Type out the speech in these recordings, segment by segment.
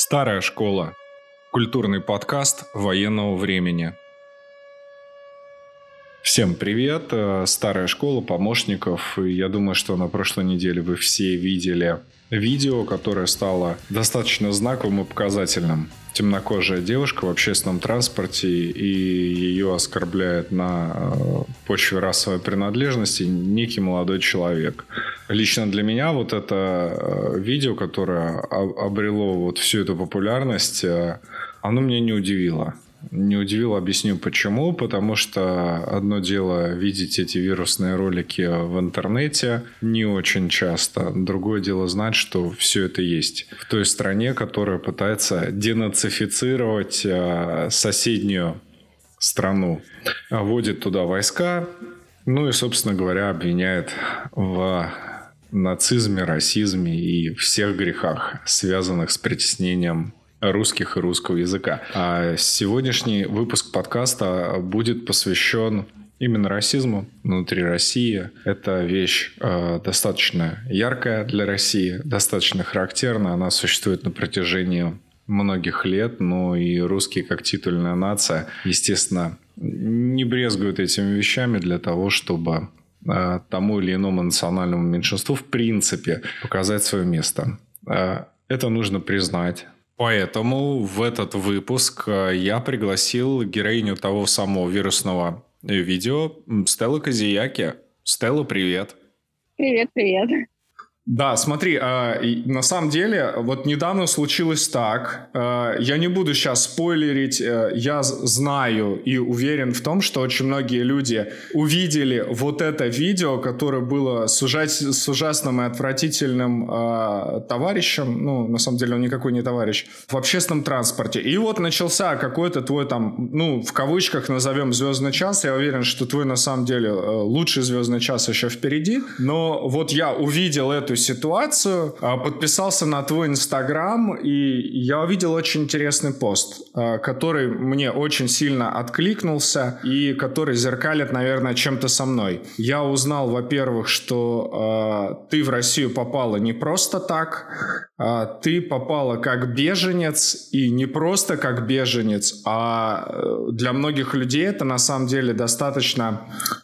Старая школа. Культурный подкаст военного времени. Всем привет. Старая школа помощников. И я думаю, что на прошлой неделе вы все видели видео, которое стало достаточно знаковым и показательным. Темнокожая девушка в общественном транспорте, и ее оскорбляет на почве расовой принадлежности некий молодой человек. Лично для меня вот это видео, которое обрело вот всю эту популярность, оно меня не удивило. Не удивило, объясню почему. Потому что одно дело видеть эти вирусные ролики в интернете не очень часто. Другое дело знать, что все это есть в той стране, которая пытается денацифицировать соседнюю страну. Вводит туда войска, ну и, собственно говоря, обвиняет в нацизме, расизме и всех грехах, связанных с притеснением русских и русского языка. А сегодняшний выпуск подкаста будет посвящен именно расизму внутри России. Это вещь достаточно яркая для России, достаточно характерная. Она существует на протяжении многих лет, но и русские, как титульная нация, естественно, не брезгуют этими вещами для того, чтобы тому или иному национальному меньшинству в принципе показать свое место. Это нужно признать. Поэтому в этот выпуск я пригласил героиню того самого вирусного видео Стеллу Козияки. Стелла, привет. Привет. Да, смотри, на самом деле, вот недавно случилось так, я не буду сейчас спойлерить, я знаю и уверен в том, что очень многие люди увидели вот это видео, которое было с ужасным и отвратительным товарищем, ну, на самом деле он никакой не товарищ, в общественном транспорте. И вот начался какой-то твой там, ну, в кавычках назовем звездный час, я уверен, что твой на самом деле лучший звездный час еще впереди, но вот я увидел эту ситуацию, подписался на твой Инстаграм, и я увидел очень интересный пост, который мне очень сильно откликнулся и который зеркалит, наверное, чем-то со мной. Я узнал, во-первых, что ты в Россию попала не просто так, ты попала как беженец, и не просто как беженец, а для многих людей это на самом деле достаточно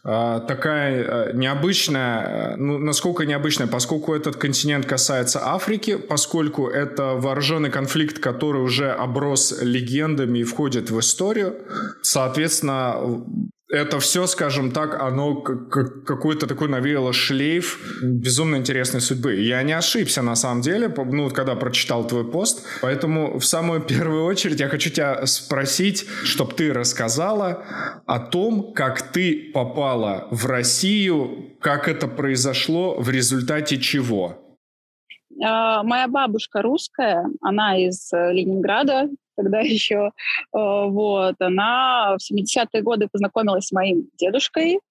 такая необычная, ну, насколько необычная, поскольку этот континент касается Африки, поскольку это вооруженный конфликт, который уже оброс легендами и входит в историю. Соответственно, это все, скажем так, оно какой-то такой навеяло шлейф безумно интересной судьбы. Я не ошибся на самом деле, ну, когда прочитал твой пост. Поэтому в самую первую очередь я хочу тебя спросить, чтобы ты рассказала о том, как ты попала в Россию, как это произошло, в результате чего. Моя бабушка русская, она из Ленинграда, тогда еще, вот, она в 70-е годы познакомилась с моим дедушкой,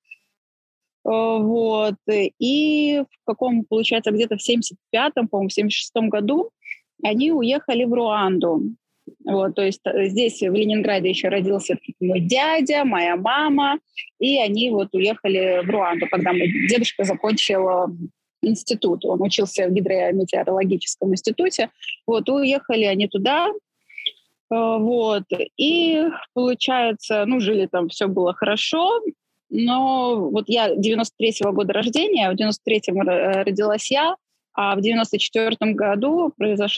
вот, и в каком, получается, где-то в 75-м, по-моему, в 76-м году они уехали в Руанду. Вот, то есть здесь, в Ленинграде, еще родился мой дядя, моя мама, и они вот уехали в Руанду, когда мой дедушка закончил институт. Он учился в гидрометеорологическом институте. Вот, уехали они туда. Вот, и, получается, ну, жили там, все было хорошо, но вот я 93-го года рождения, в 93-м родилась я, а в 94-м году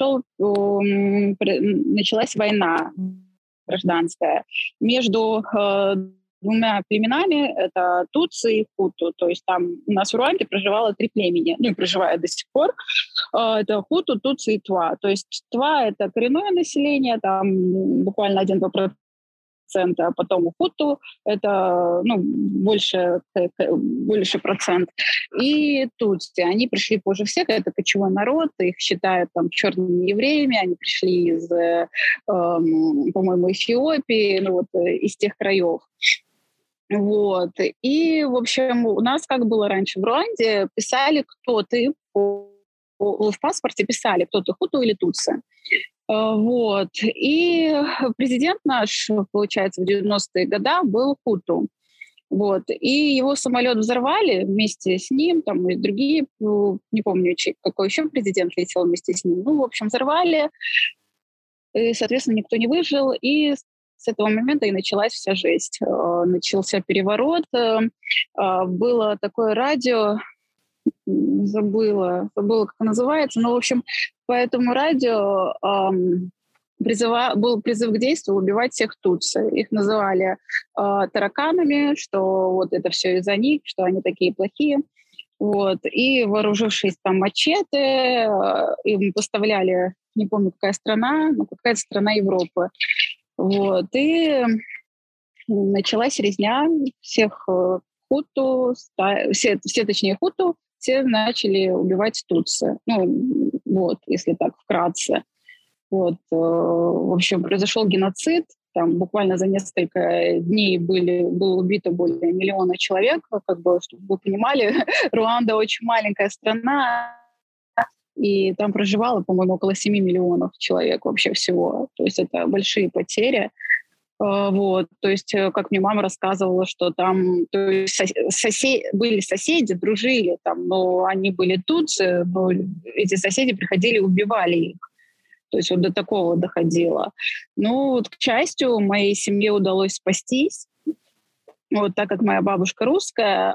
началась война гражданская между двумя племенами, это Тутси и Хуту. То есть там у нас в Руанде проживало 3 племени, ну и проживает до сих пор. Это Хуту, Тутси и Тва. То есть Тва — это коренное население, там буквально 1-2%, а потом у Хуту это, ну, больше процент. И Тутси, они пришли позже всех, это кочевой народ, их считают там черными евреями, они пришли из, по-моему, Эфиопии, ну вот из тех краев. Вот. И, в общем, у нас, как было раньше в Руанде, писали, кто ты, в паспорте писали, кто ты, Хуту или Тутси. Вот. И президент наш, получается, в 90-е годы был Хуту. Вот. И его самолет взорвали вместе с ним, там и другие, не помню, какой еще президент летел вместе с ним. Ну, в общем, взорвали. и, соответственно, никто не выжил, и с этого момента и началась вся жесть. Начался переворот, было такое радио, забыла, как оно называется, но, в общем, по этому радио был призыв к действию убивать всех тутси. Их называли тараканами, что вот это все из-за них, что они такие плохие. Вот. И вооружившись там мачете, им поставляли, не помню, какая страна, но какая-то страна Европы. Вот. И началась резня всех хуту, точнее хуту, все начали убивать тутси. Ну, вот, если так вкратце. Вот. В общем, произошел геноцид. Там буквально за несколько дней было убито более 1 миллиона человек. Как бы, чтобы вы понимали, Руанда очень маленькая страна, и там проживало, по-моему, около 7 миллионов человек вообще всего. То есть это большие потери. Вот. То есть, как мне мама рассказывала, что там то есть были соседи, дружили, там, но они были тутси, но эти соседи приходили и убивали их. То есть вот до такого доходило. Ну, вот, к счастью, моей семье удалось спастись. Вот так как моя бабушка русская,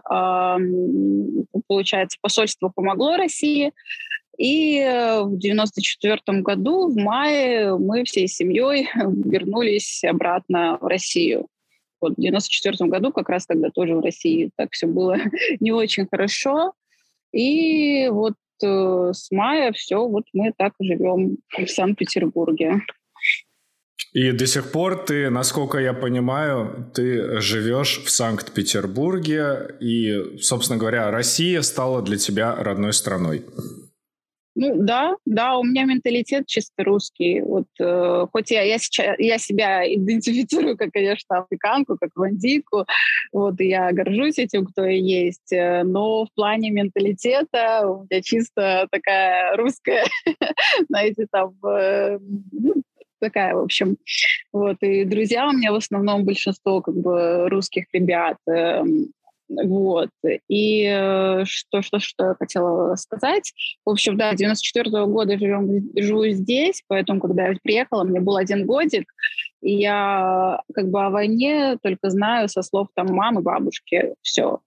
получается, посольство помогло России. И в 1994 году, в мае, мы всей семьей вернулись обратно в Россию. Вот в 1994 году, как раз когда тоже в России так все было не очень хорошо. И вот с мая все, вот мы так живем в Санкт-Петербурге. И до сих пор ты, насколько я понимаю, ты живешь в Санкт-Петербурге, и, собственно говоря, Россия стала для тебя родной страной. Ну да, у меня менталитет чисто русский. Вот, хоть я себя идентифицирую как, конечно, африканку, как вандийку, вот, и я горжусь этим, кто я есть, но в плане менталитета у меня чисто такая русская, знаете, там, такая, в общем. Вот, и друзья у меня в основном большинство как бы русских ребят. Вот. И что я хотела сказать. В общем, да, 94 года живу здесь, поэтому, когда я приехала, мне был 1 годик, и я как бы о войне только знаю со слов там мамы, бабушки, все.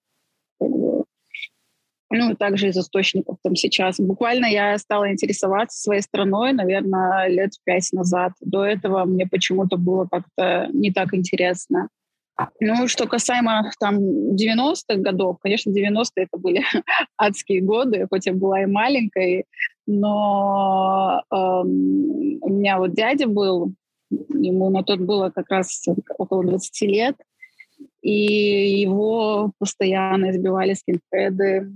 Ну, и также из источников там сейчас. Буквально я стала интересоваться своей страной, наверное, лет 5 назад. До этого мне почему-то было как-то не так интересно. Ну, что касаемо там 90-х годов, конечно, 90-е это были адские годы, хоть я была и маленькой, но у меня вот дядя был, ему на тот было как раз около 20 лет, и его постоянно избивали скинхеды,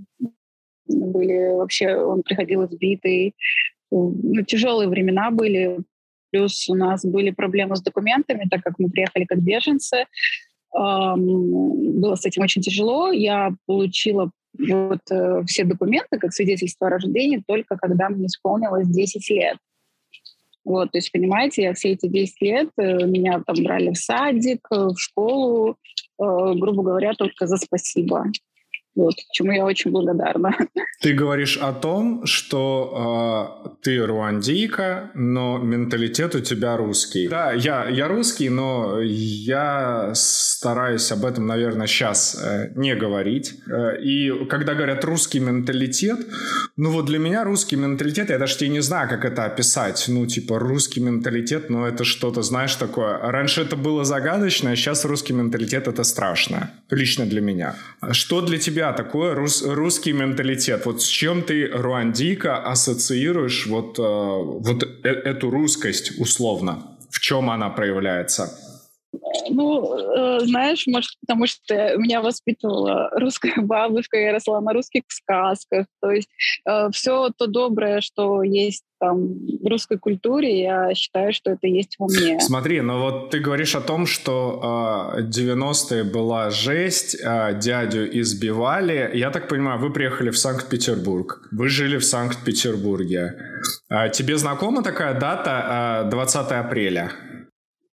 он приходил избитый, ну, тяжелые времена были, плюс у нас были проблемы с документами, так как мы приехали как беженцы. Было с этим очень тяжело. Я получила вот все документы как свидетельство о рождении только когда мне исполнилось 10 лет. Вот, то есть, понимаете, я все эти 10 лет, меня там брали в садик, в школу, грубо говоря, только за спасибо. Вот, чему я очень благодарна. Ты говоришь о том, что ты руандийка, но менталитет у тебя русский. Да, я русский, но я стараюсь об этом, наверное, сейчас не говорить. И когда говорят русский менталитет, ну вот для меня русский менталитет, я даже не знаю, как это описать. Ну, типа русский менталитет, но это что-то, знаешь, такое. Раньше это было загадочно, а сейчас русский менталитет — это страшно. Лично для меня. Что для тебя такое русский менталитет? Вот с чем ты, руандийка, ассоциируешь вот эту русскость условно? В чем она проявляется? Ну, знаешь, может, потому что меня воспитывала русская бабушка, я росла на русских сказках. То есть все то доброе, что есть там в русской культуре, я считаю, что это есть во мне. Смотри, ну вот ты говоришь о том, что 90-е была жесть, дядю избивали. Я так понимаю, вы приехали в Санкт-Петербург. Вы жили в Санкт-Петербурге. Тебе знакома такая дата 20 апреля?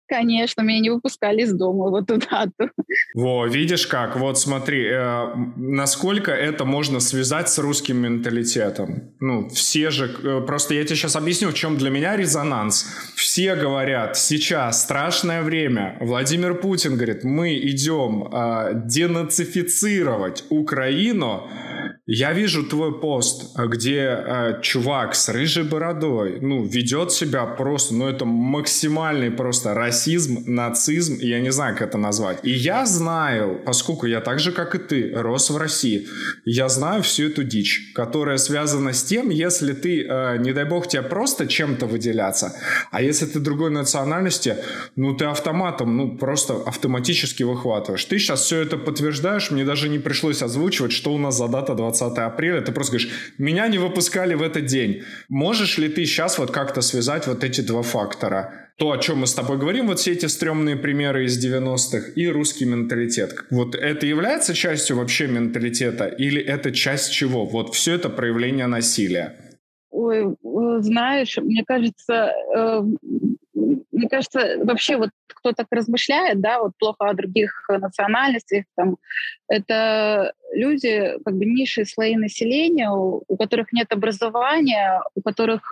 Конечно, меня не выпускали из дома в эту дату. Во, видишь как? Вот смотри, насколько это можно связать с русским менталитетом. Ну, все же... Просто я тебе сейчас объясню, в чем для меня резонанс. Все говорят, сейчас страшное время. Владимир Путин говорит, мы идем денацифицировать Украину. Я вижу твой пост, где чувак с рыжей бородой, ну, ведет себя просто, ну, это максимальный просто расизм, нацизм, я не знаю, как это назвать. И я знаю, поскольку я так же, как и ты, рос в России, я знаю всю эту дичь, которая связана с тем, если ты, не дай бог, тебе просто чем-то выделяться, а если ты другой национальности, ну, ты автоматом, ну, просто автоматически выхватываешь. Ты сейчас все это подтверждаешь, мне даже не пришлось озвучивать, что у нас за дата 20 апреля, ты просто говоришь, меня не выпускали в этот день. Можешь ли ты сейчас вот как-то связать вот эти два фактора? То, о чем мы с тобой говорим, вот все эти стрёмные примеры из 90-х и русский менталитет. Вот это является частью вообще менталитета или это часть чего? Вот все это проявление насилия. Ой, знаешь, мне кажется, вообще вот кто так размышляет, да, вот плохо о других национальностях, там, это люди, как бы низшие слои населения, у которых нет образования, у которых,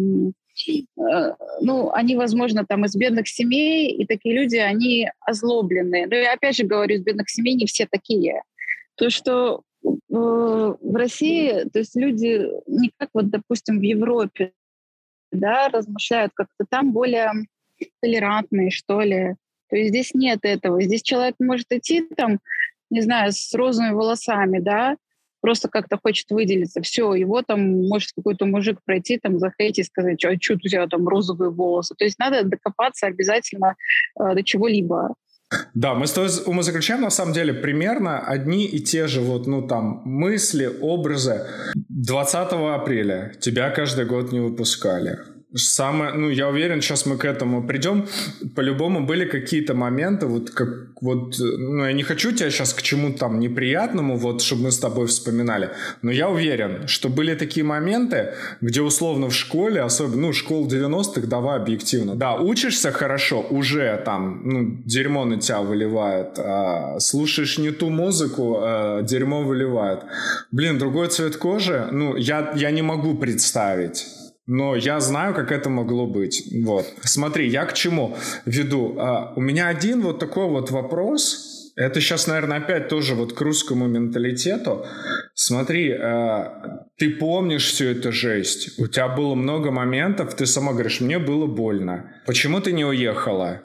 ну, они, возможно, там из бедных семей, и такие люди, они озлобленные. Но я опять же говорю, из бедных семей не все такие. То, что в России, то есть люди не как вот, допустим, в Европе, да, размышляют как-то там более толерантные, что ли. То есть здесь нет этого. Здесь человек может идти там, не знаю, с розовыми волосами, да, просто как-то хочет выделиться. Все, его там может какой-то мужик пройти, там, захейтить, сказать, а что у тебя там розовые волосы. То есть надо докопаться обязательно до чего-либо. Да, мы с тобой умозаключаем, на самом деле, примерно одни и те же вот, ну, там, мысли, образы. 20 апреля тебя каждый год не выпускали. Самое, ну, я уверен, сейчас мы к этому придем. По-любому были какие-то моменты, вот как вот, ну, я не хочу тебя сейчас к чему-то там неприятному, вот, чтобы мы с тобой вспоминали, но я уверен, что были такие моменты, где условно в школе, особенно, ну, школ 90-х, давай объективно, да, учишься хорошо, уже там, ну, дерьмо на тебя выливает, слушаешь не ту музыку, дерьмо выливает. Блин, другой цвет кожи, ну, я не могу представить. Но я знаю, как это могло быть. Вот. Смотри, я к чему веду. У меня один вот такой вот вопрос. Это сейчас, наверное, опять тоже вот к русскому менталитету. Смотри, ты помнишь всю эту жесть. У тебя было много моментов. Ты сама говоришь, мне было больно. Почему ты не уехала?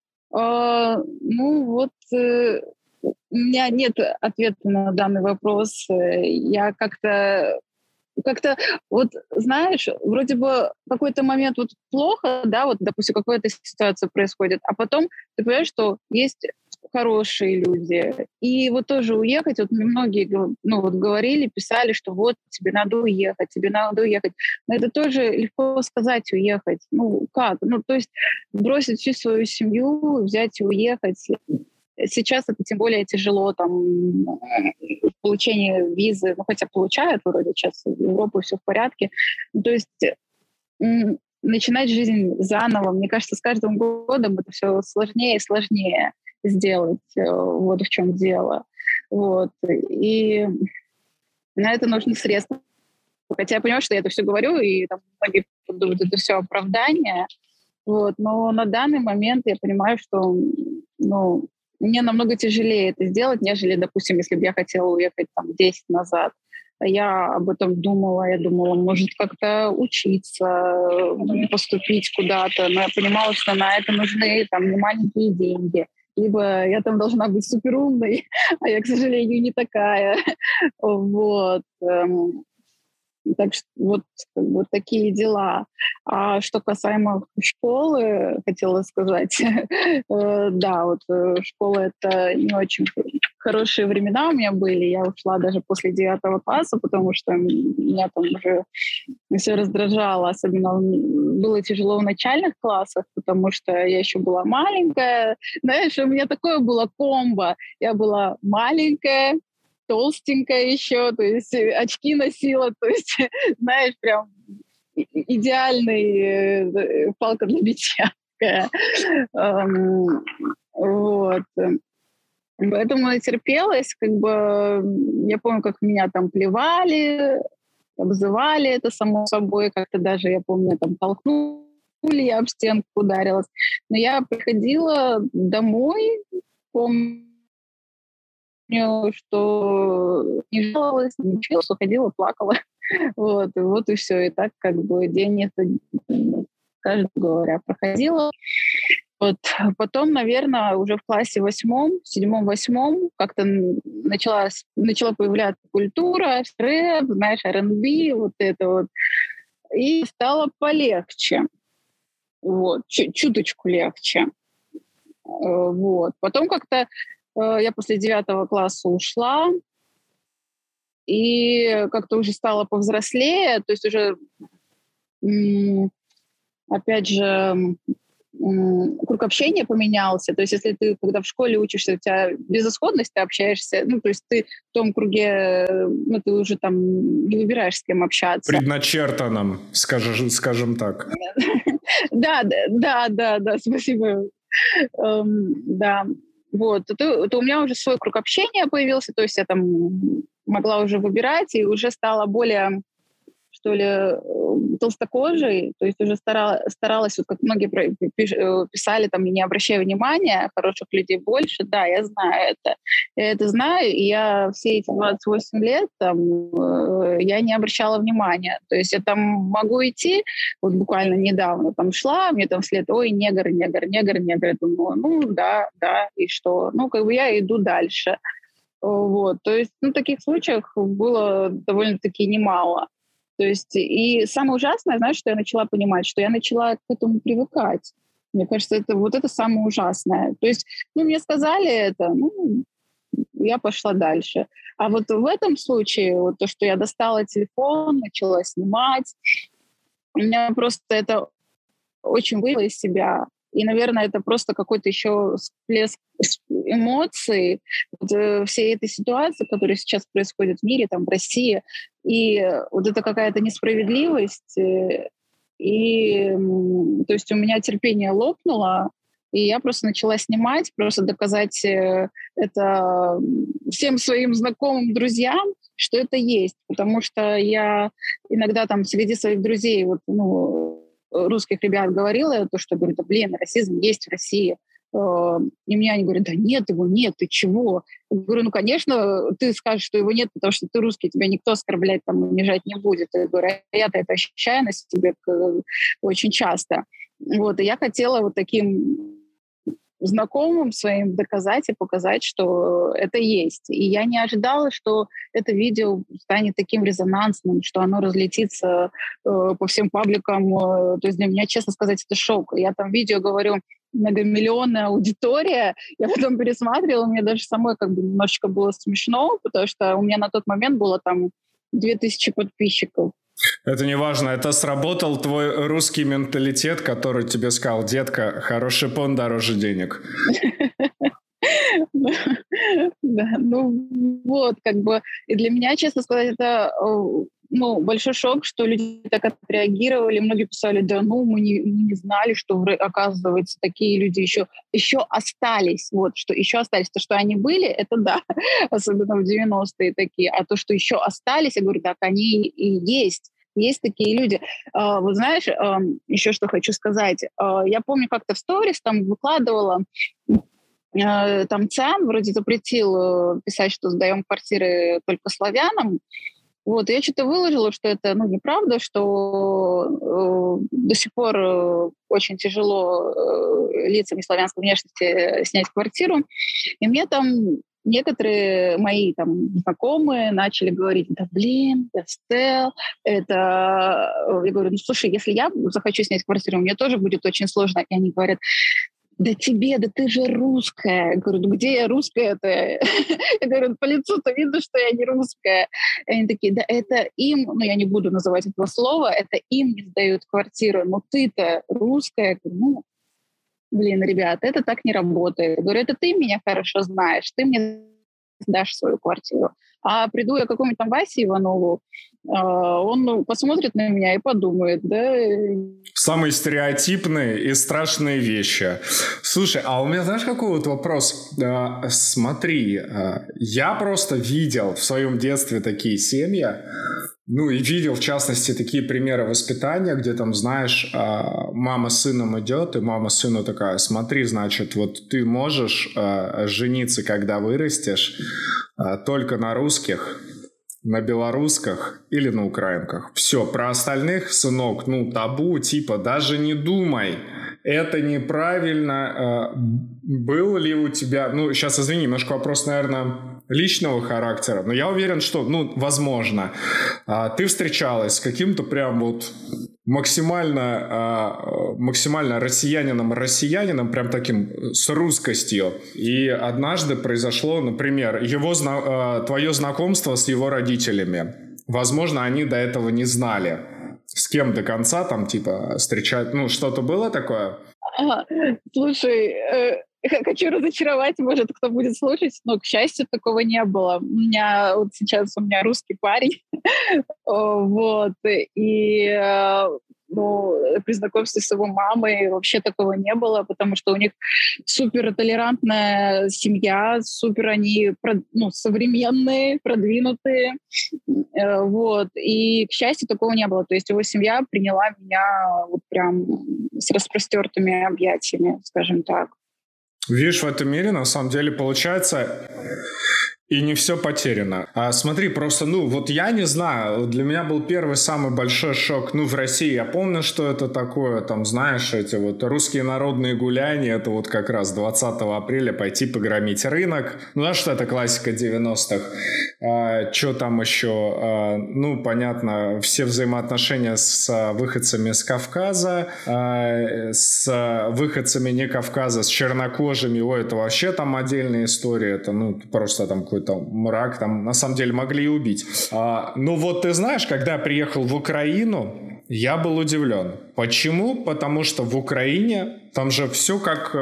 Ну вот... У меня нет ответа на данный вопрос. Я как-то, вот, знаешь, вроде бы какой-то момент вот плохо, да, вот, допустим, какая-то ситуация происходит, а потом ты понимаешь, что есть хорошие люди. И вот тоже уехать, вот мне многие, ну, вот говорили, писали, что вот тебе надо уехать, тебе надо уехать. Но это тоже легко сказать уехать. Ну, как? Ну, то есть бросить всю свою семью, взять и уехать. Сейчас это тем более тяжело, там, в получении визы, ну, хотя получают вроде сейчас в Европу, все в порядке. Ну, то есть начинать жизнь заново, мне кажется, с каждым годом это все сложнее и сложнее сделать. Вот в чем дело. Вот. И на это нужны средства. Хотя я понимаю, что я это все говорю, и там многие думают, это все оправдание. Вот. Но на данный момент я понимаю, что, ну, мне намного тяжелее это сделать, нежели, допустим, если бы я хотела уехать там 10 назад. Я об этом думала. Я думала, может, как-то учиться, поступить куда-то. Но я понимала, что на это нужны там не маленькие деньги. Либо я там должна быть суперумной, а я, к сожалению, не такая. Вот. Так что вот такие дела. А что касаемо школы, хотела сказать, да, вот школа — это не очень хорошие времена у меня были. Я ушла даже после 9 класса, потому что меня там уже все раздражало. Особенно было тяжело в начальных классах, потому что я еще была маленькая. Знаешь, у меня такое было комбо. Я была маленькая, толстенькая еще, то есть очки носила, то есть, знаешь, прям идеальный палка для битья, русская. Вот. Поэтому натерпелась, как бы, я помню, как меня там плевали, обзывали, это само собой, как-то даже, я помню, там толкнули, я об стенку ударилась. Но я приходила домой, помню, что не жаловалась, ничего, уходила, плакала. Вот и все. И так как бы день это, кажется говоря, проходило. Вот. Потом, наверное, уже в классе 8, 7-8 как-то начала появляться культура, рэп, знаешь, R&B, вот это вот. И стало полегче. Вот. Чуточку легче. Вот. Потом как-то я после 9 класса ушла, и как-то уже стала повзрослее, то есть уже, опять же, круг общения поменялся. То есть если ты, когда в школе учишься, у тебя безысходность, ты общаешься, ну, то есть ты в том круге, ну, ты уже там не выбираешь, с кем общаться. Предначертанном, скажем так. Да, спасибо. Да, вот. То у меня уже свой круг общения появился, то есть я там могла уже выбирать и уже стала более, что ли, толстокожей, то есть уже старалась, вот как многие писали, там, не обращая внимания, хороших людей больше, да, я знаю это. Я это знаю, и я все эти 28 лет там, я не обращала внимания. То есть я там могу идти, вот буквально недавно там шла, мне там вслед, ой, негр. Я думаю, ну да, и что? Ну, как бы я иду дальше. Вот, то есть, ну, таких случаев было довольно-таки немало. То есть, и самое ужасное, знаешь, что я начала понимать, что я начала к этому привыкать. Мне кажется, это самое ужасное. То есть, ну, мне сказали это, ну, я пошла дальше. А вот в этом случае, вот то, что я достала телефон, начала снимать, у меня просто это очень вывело из себя. И, наверное, это просто какой-то еще всплеск эмоций вот, всей этой ситуации, которая сейчас происходит в мире, там, в России. И вот это какая-то несправедливость. И, то есть у меня терпение лопнуло, и я просто начала снимать, просто доказать это всем своим знакомым, друзьям, что это есть. Потому что я иногда там среди своих друзей, вот, ну, русских ребят говорила, то, что говорю, да блин, расизм есть в России. И мне они говорят, да нет, его нет, ты чего? Я говорю, ну, конечно, ты скажешь, что его нет, потому что ты русский, тебя никто оскорблять, там, унижать не будет. Я говорю, а я-то это ощущаю на себе очень часто. Вот, и я хотела вот таким знакомым своим доказать и показать, что это есть. И я не ожидала, что это видео станет таким резонансным, что оно разлетится по всем пабликам. То есть для меня, честно сказать, это шок. Я там видео говорю, многомиллионная аудитория. Я потом пересматривала, мне даже самой как бы немножечко было смешно, потому что у меня на тот момент было там 2000 подписчиков. Это не важно, это сработал твой русский менталитет, который тебе сказал, детка, хороший пон дороже денег. Да, ну вот, как бы, и для меня, честно сказать, это, ну, большой шок, что люди так отреагировали, многие писали, да, ну, мы не знали, что, оказывается, такие люди еще остались, вот, что еще остались, то, что они были, это да, особенно в 90-е такие, а то, что еще остались, я говорю, так, они и есть такие люди. Вот знаешь, еще что хочу сказать. Я помню, как-то в сторис там выкладывала, там ЦИАН вроде запретил писать, что сдаем квартиры только славянам. Вот, и я что-то выложила, что это, ну, неправда, что до сих пор очень тяжело лицам неславянской внешности снять квартиру. И мне там некоторые мои там знакомые начали говорить, да блин, Стелл, это... Я говорю, ну слушай, если я захочу снять квартиру, мне тоже будет очень сложно. И они говорят, да тебе, да ты же русская. Я говорю, ну где я русская-то? Я говорю, по лицу-то видно, что я не русская. И они такие, да это им, ну я не буду называть этого слова, это им не сдают квартиру, но ты-то русская. Я говорю, ну, блин, ребят, это так не работает. Я говорю, это ты меня хорошо знаешь, ты мне сдашь свою квартиру. А приду я к какому-нибудь там Васе Иванову, он посмотрит на меня и подумает, да. Самые стереотипные и страшные вещи. Слушай, а у меня, знаешь, какой вот вопрос? Смотри, я просто видел в своем детстве такие семьи, ну и видел, в частности, такие примеры воспитания, где там, знаешь, мама с сыном идет, и мама сыну такая: смотри, значит, вот ты можешь жениться, когда вырастешь, только на русских, на белоруссках или на украинках. Все, про остальных, сынок, ну, табу, типа, даже не думай. Это неправильно. Был ли у тебя... Ну, сейчас, извини, немножко вопрос, наверное, личного характера, но я уверен, что, ну, возможно, ты встречалась с каким-то прям вот максимально россиянином, прям таким с русскостью. И однажды произошло, например, твое знакомство с его родителями. Возможно, они до этого не знали, с кем до конца там, типа, встречать. Ну, что-то было такое? Слушай, хочу разочаровать, может, кто будет слушать, но, к счастью, такого не было. У меня русский парень, вот, и при знакомстве с его мамой вообще такого не было, потому что у них супер толерантная семья, супер они современные, продвинутые, вот, и, к счастью, такого не было. То есть его семья приняла меня вот прям с распростертыми объятиями, скажем так. Видишь, в этом мире на самом деле получается и не все потеряно. Смотри, просто, вот я не знаю, для меня был первый самый большой шок, в России. Я помню, что это такое, там, знаешь, эти вот русские народные гуляния, это вот как раз 20 апреля пойти погромить рынок. Знаешь, что это классика 90-х. Что там еще? Понятно, все взаимоотношения с выходцами с Кавказа, с выходцами не Кавказа, с чернокожими, это вообще там отдельная история, это, просто там какой-то мрак, там на самом деле могли и убить. Вот ты знаешь, когда я приехал в Украину, я был удивлен. Почему? Потому что в Украине там же все как,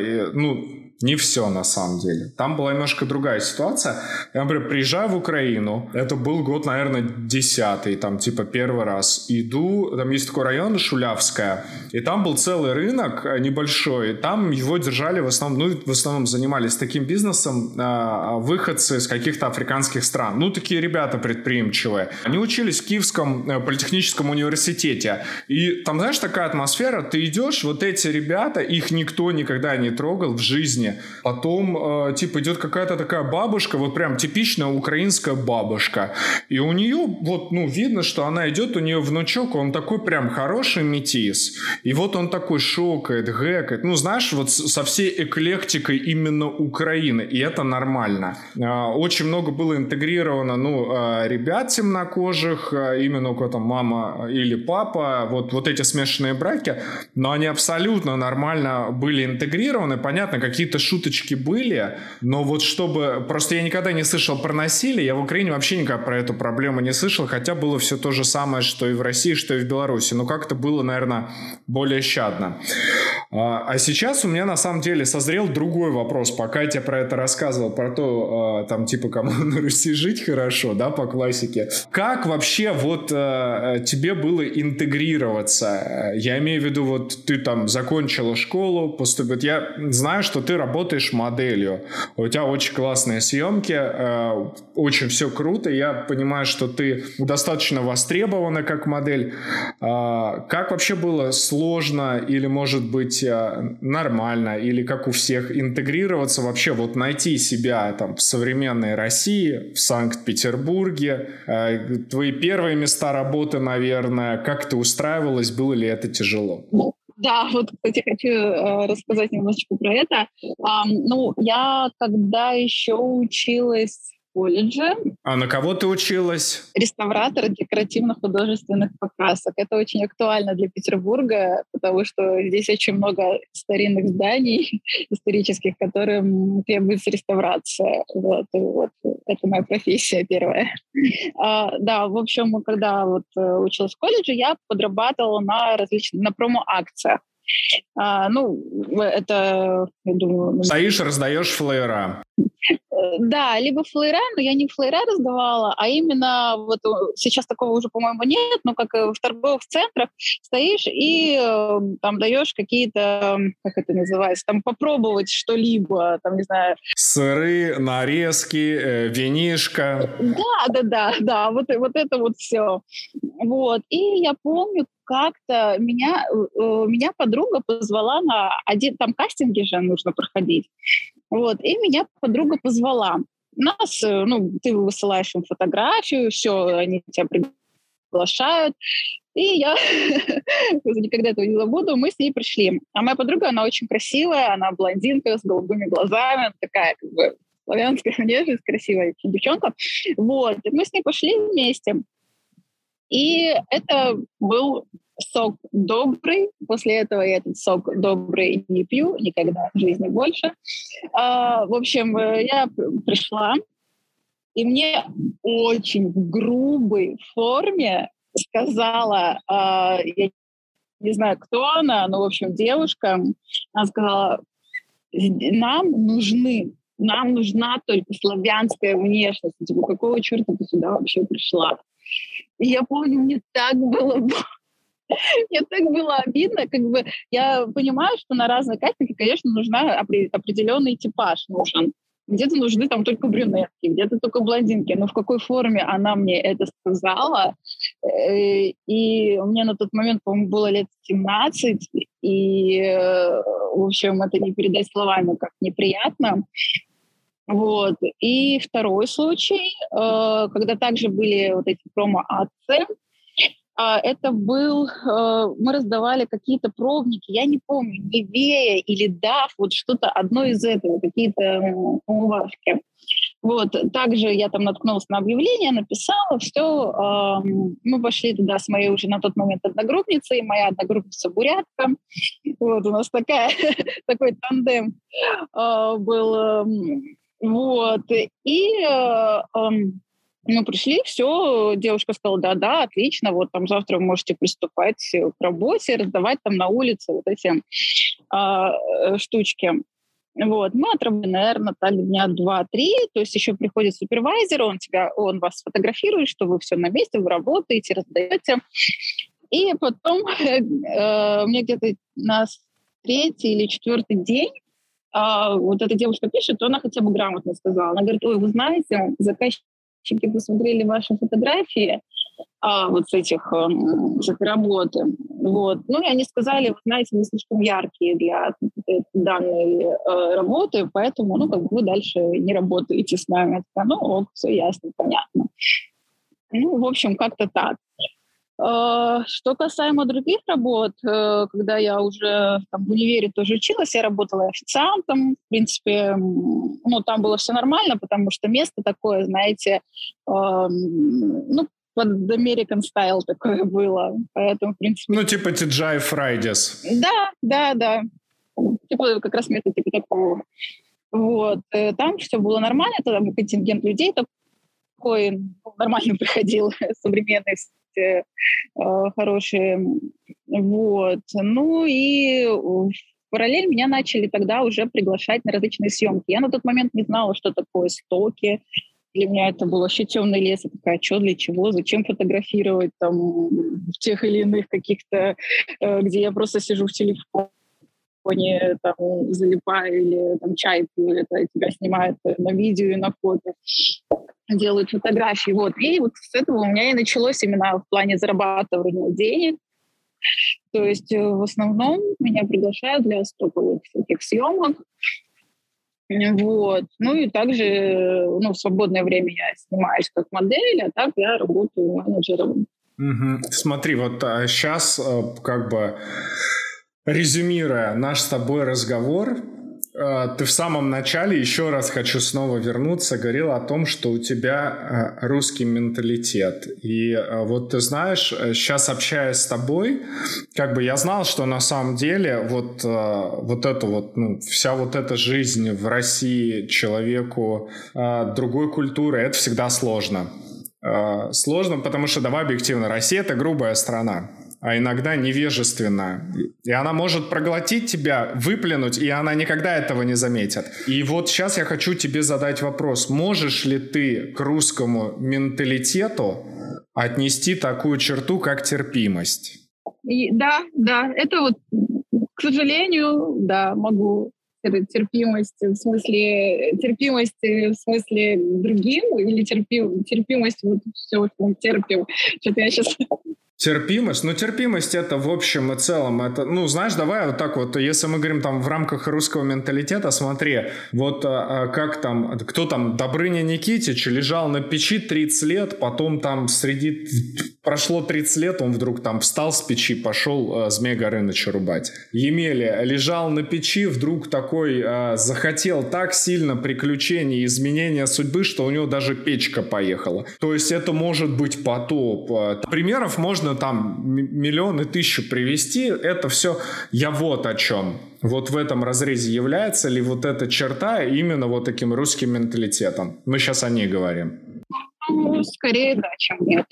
не все на самом деле. Там была немножко другая ситуация. Я, например, приезжаю в Украину, это был год, наверное, 10-й, там, типа, первый раз. Иду, там есть такой район, Шулявская, и там был целый рынок небольшой, и там его держали в основном занимались таким бизнесом выходцы из каких-то африканских стран. Такие ребята предприимчивые. Они учились в Киевском политехническом университете. И там, знаешь, такая атмосфера, ты идешь, вот эти ребята, их никто никогда не трогал в жизни. Потом, идет какая-то такая бабушка, вот прям типичная украинская бабушка. И у нее, видно, что она идет, у нее внучок, он такой прям хороший метис. И вот он такой шокает, гэкает. Знаешь, вот со всей эклектикой именно Украины. И это нормально. Очень много было интегрировано, ребят темнокожих, именно у кого там мама или папа, вот эти смешанные браки. Но они абсолютно нормально были интегрированы. Понятно, какие-то шуточки были, но вот чтобы... Просто я никогда не слышал про насилие, я в Украине вообще никогда про эту проблему не слышал, хотя было все то же самое, что и в России, что и в Беларуси, но как-то было, наверное, более щадно. А сейчас у меня на самом деле созрел другой вопрос, пока я тебе про это рассказывал, про то, кому на Руси жить хорошо, да, по классике. Как вообще тебе было интегрироваться? Я имею в виду, ты там закончила школу, поступила. Я знаю, что ты работаешь моделью. У тебя очень классные съемки, очень все круто. Я понимаю, что ты достаточно востребована как модель. Как вообще было сложно или, может быть, нормально, или как у всех интегрироваться вообще, найти себя там в современной России, в Санкт-Петербурге? Твои первые места работы, наверное, как ты устраивалась, было ли это тяжело? Да, кстати, хочу рассказать немножечко про это. Я когда еще училась в колледже... А на кого ты училась? Реставратор декоративно-художественных покрасок. Это очень актуально для Петербурга, потому что здесь очень много старинных зданий исторических, которым требуется реставрация. Это моя профессия первая. В общем, когда училась в колледже, я подрабатывала на промо-акциях. Это, я думаю... Стоишь, раздаешь флеера. Да, либо флеера, но я не флеера раздавала, а именно вот сейчас такого уже, по-моему, нет, но как в торговых центрах стоишь и там даешь какие-то, как это называется, там попробовать что-либо, там, не знаю. Сыры, нарезки, винишко. Да, вот это вот все. Вот. И я помню, как-то меня подруга позвала на один, там кастинги же нужно проходить. Вот, и меня подруга позвала. Нас, ты высылаешь им фотографию, все, они тебя приглашают. И я никогда этого не забуду, мы с ней пришли. А моя подруга, она очень красивая, она блондинка с голубыми глазами, такая как бы славянская внешность, красивая девчонка. Вот, и мы с ней пошли вместе. И это был сок добрый. После этого я этот сок добрый не пью никогда в жизни больше. В общем, я пришла, и мне очень в грубой форме сказала, я не знаю, кто она, но, в общем, девушка, она сказала, нам нужна только славянская внешность. Типа, какого черта ты сюда вообще пришла? И я помню, мне так было обидно. Как бы я понимаю, что на разные кастинги, конечно, нужна определенный типаж нужен. Где-то нужны там только брюнетки, где-то только блондинки. Но в какой форме она мне это сказала? И мне на тот момент, по-моему, было лет 17. И, в общем, это не передать словами, как неприятно. Вот. И второй случай, когда также были вот эти промо-акции, это был, мы раздавали какие-то пробники, я не помню, Нивея или DAF, вот что-то одно из этого, какие-то умывашки. Вот, также я там наткнулась на объявление, написала, все, мы пошли туда с моей уже на тот момент одногруппницей, моя одногруппница бурятка, вот, у нас такой тандем был, вот, и мы пришли, все, девушка сказала, да, отлично, вот там завтра вы можете приступать к работе, раздавать там на улице вот эти штучки. Вот, мы отработали, наверное, так дня 2-3, то есть еще приходит супервайзер, он вас фотографирует, что вы все на месте, вы работаете, раздаете. И потом мне где-то на 3-й или 4-й день вот эта девушка пишет, то она хотя бы грамотно сказала. Она говорит, ой, вы знаете, заказчики посмотрели ваши фотографии вот с этой работы. Вот. Ну, и они сказали, вы знаете, не слишком яркие для данной работы, поэтому, вы дальше не работаете с нами. Я такая, все ясно, понятно. В общем, как-то так. Что касаемо других работ, когда я уже в универе тоже училась, я работала официантом. В принципе, там было все нормально, потому что место такое, знаете, под American Style такое было. Поэтому, в принципе... типа TGI Fridays. Да. Типа как раз место типа такого. Вот. Там все было нормально, там контингент людей такой нормально приходил, современный, хорошие. Вот. И в параллель меня начали тогда уже приглашать на различные съемки. Я на тот момент не знала, что такое стоки. Для меня это был вообще темный лес. Я такая, что, для чего, зачем фотографировать там в тех или иных каких-то, где я просто сижу в телефоне, там, залипаю или там чай пью, это тебя снимают на видео и на фото, делают фотографии. Вот. И вот с этого у меня и началось именно в плане зарабатывания денег. То есть в основном меня приглашают для стоковых всяких съемок. Вот. И также в свободное время я снимаюсь как модель, а так я работаю менеджером. Угу. Смотри, вот сейчас резюмируя наш с тобой разговор, ты в самом начале, еще раз хочу снова вернуться, говорил о том, что у тебя русский менталитет. И вот ты знаешь, сейчас общаясь с тобой, я знал, что на самом деле вся вот эта жизнь в России человеку другой культуры, это всегда сложно. Сложно, потому что, давай объективно, Россия — это грубая страна. а иногда невежественно. И она может проглотить тебя, выплюнуть, и она никогда этого не заметит. И вот сейчас я хочу тебе задать вопрос. Можешь ли ты к русскому менталитету отнести такую черту, как терпимость? Да, это вот, к сожалению, да, могу. Терпимость в смысле другим или терпимость вот все, что мы терпим. Что-то я сейчас... Терпимость? Терпимость это в общем и целом, это, знаешь, давай вот так вот, если мы говорим там в рамках русского менталитета, смотри, вот как там, кто там, Добрыня Никитич лежал на печи 30 лет, потом там прошло 30 лет, он вдруг там встал с печи, пошел Змея Горыныча рубать. Емеля лежал на печи, вдруг такой захотел так сильно приключений, изменения судьбы, что у него даже печка поехала. То есть это может быть потоп. Примеров можно там миллионы, тысячи привести. Это все я вот о чем. Вот в этом разрезе является ли вот эта черта именно вот таким русским менталитетом? Мы сейчас о ней говорим. Скорее да, чем нет.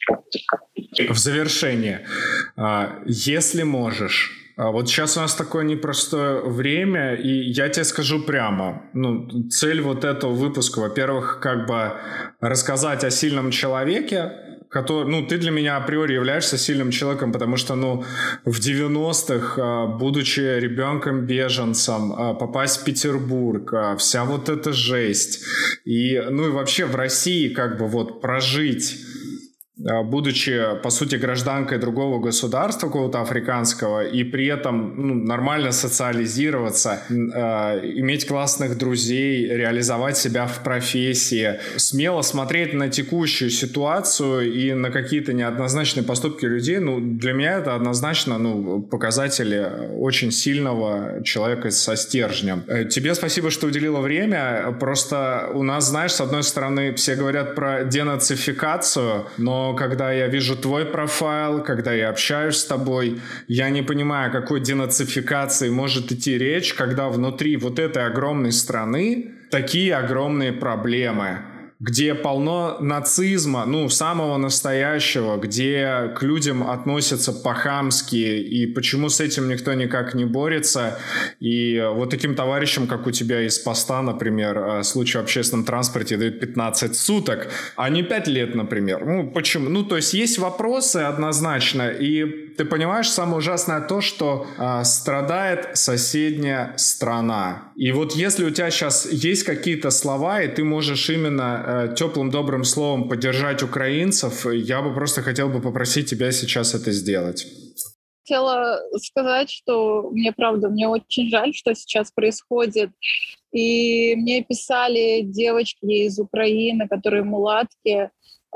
В завершение, если можешь, вот сейчас у нас такое непростое время, и я тебе скажу прямо, цель вот этого выпуска, во-первых, как бы рассказать о сильном человеке, который, ты для меня априори являешься сильным человеком, потому что, в 90-х, будучи ребенком-беженцем, попасть в Петербург, вся вот эта жесть, и вообще в России как бы вот прожить, будучи, по сути, гражданкой другого государства, какого-то африканского, и при этом нормально социализироваться, иметь классных друзей, реализовать себя в профессии, смело смотреть на текущую ситуацию и на какие-то неоднозначные поступки людей, для меня это однозначно показатели очень сильного человека со стержнем. Тебе спасибо, что уделила время. Просто у нас, знаешь, с одной стороны, все говорят про денацификацию, но когда я вижу твой профайл, когда я общаюсь с тобой, я не понимаю, о какой денацификации может идти речь, когда внутри вот этой огромной страны такие огромные проблемы, где полно нацизма, самого настоящего, где к людям относятся по-хамски, и почему с этим никто никак не борется. И вот таким товарищам, как у тебя из поста, например, случай в общественном транспорте дают 15 суток, а не 5 лет, например. Почему? То есть есть вопросы однозначно, и ты понимаешь, самое ужасное то, что страдает соседняя страна. И вот если у тебя сейчас есть какие-то слова, и ты можешь именно теплым, добрым словом поддержать украинцев, я бы просто хотел бы попросить тебя сейчас это сделать. Хотела сказать, что мне очень жаль, что сейчас происходит. И мне писали девочки из Украины, которые мулатки,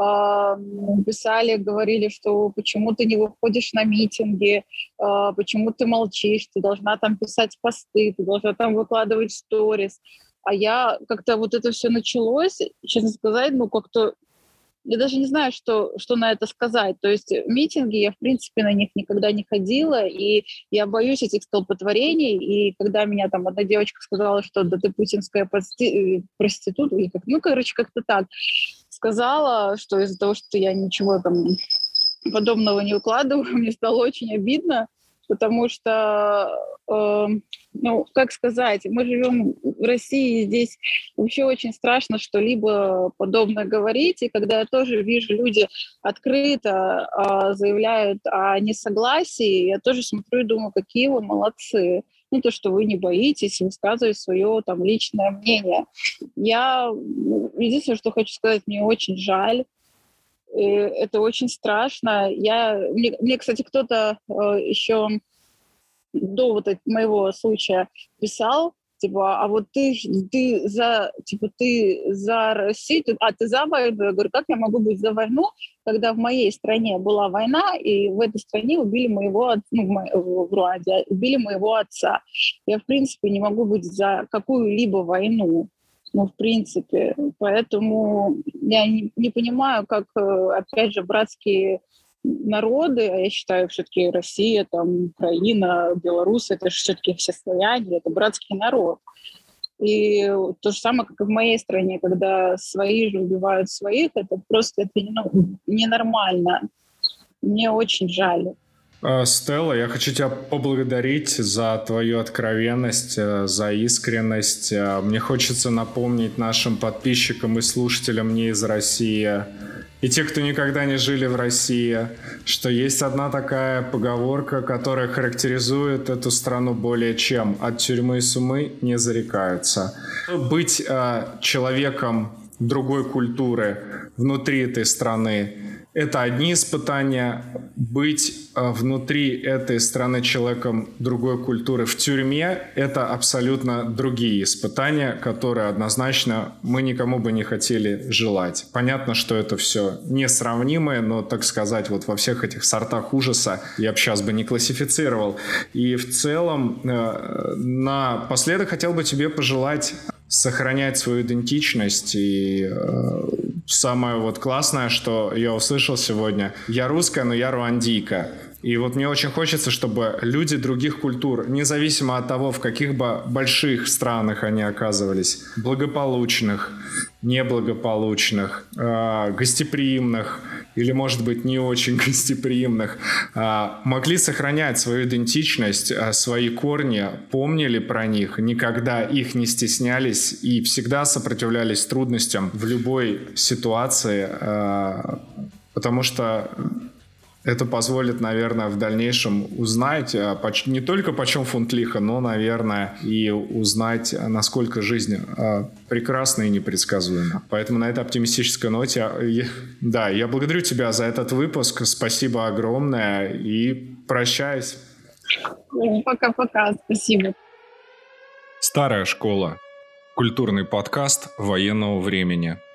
писали, говорили, что почему ты не выходишь на митинги, почему ты молчишь, ты должна там писать посты, ты должна там выкладывать сторис. А я как-то вот это все началось, честно сказать, как-то я даже не знаю, что на это сказать. То есть митинги, я, в принципе, на них никогда не ходила, и я боюсь этих столпотворений. И когда меня там одна девочка сказала, что да ты путинская проститутка, или как-то так, сказала, что из-за того, что я ничего там подобного не укладываю, мне стало очень обидно, потому что, как сказать, мы живем в России, здесь вообще очень страшно что-либо подобное говорить, и когда я тоже вижу, люди открыто заявляют о несогласии, я тоже смотрю и думаю, какие вы молодцы. То, что вы не боитесь высказывать свое там личное мнение. Я единственное, что хочу сказать, мне очень жаль. И это очень страшно. Мне, кстати, кто-то еще до моего случая писал, а вот ты за Россию, ты за войну. Я говорю, как я могу быть за войну, когда в моей стране была война, и в этой стране убили в Руанде убили моего отца. Я, в принципе, не могу быть за какую-либо войну. В принципе. Поэтому я не понимаю, как, опять же, братские народы, а я считаю, все-таки Россия, Украина, Беларусь, это же все-таки все славяне, это братский народ. И то же самое, как и в моей стране, когда свои же убивают своих, это просто ненормально. Мне очень жаль. Стелла, я хочу тебя поблагодарить за твою откровенность, за искренность. Мне хочется напомнить нашим подписчикам и слушателям не из России, и те, кто никогда не жили в России, что есть одна такая поговорка, которая характеризует эту страну более чем: от тюрьмы Сумы не зарекаются. Быть человеком другой культуры внутри этой страны — это одни испытания. Быть внутри этой страны человеком другой культуры в тюрьме — это абсолютно другие испытания, которые однозначно мы никому бы не хотели желать. Понятно, что это все несравнимое, но, так сказать, вот во всех этих сортах ужаса я бы сейчас не классифицировал. И в целом напоследок хотел бы тебе пожелать сохранять свою идентичность. И самое вот классное, что я услышал сегодня: я русская, но я руандийка. И вот мне очень хочется, чтобы люди других культур, независимо от того, в каких бы больших странах они оказывались, благополучных, неблагополучных, гостеприимных или, может быть, не очень гостеприимных, могли сохранять свою идентичность, свои корни, помнили про них, никогда их не стеснялись и всегда сопротивлялись трудностям в любой ситуации, потому что это позволит, наверное, в дальнейшем узнать не только почем фунт лиха, но, наверное, и узнать, насколько жизнь прекрасна и непредсказуема. Поэтому на этой оптимистической ноте, я благодарю тебя за этот выпуск. Спасибо огромное и прощаюсь. Пока-пока, спасибо. Старая школа. Культурный подкаст военного времени.